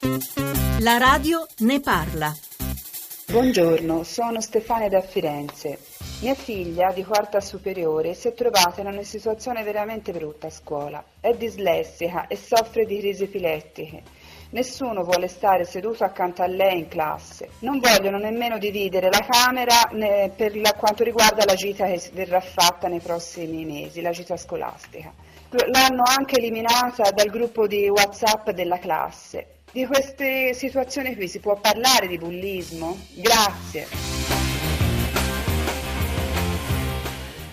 La radio ne parla. Buongiorno, sono Stefania da Firenze. Mia figlia di quarta superiore si è trovata in una situazione veramente brutta a scuola. È dislessica e soffre di crisi epilettiche. Nessuno vuole stare seduto accanto a lei in classe. Non vogliono nemmeno dividere la camera per quanto riguarda la gita che verrà fatta nei prossimi mesi, la gita scolastica. L'hanno anche eliminata dal gruppo di WhatsApp della classe. Di queste situazioni qui si può parlare di bullismo? Grazie.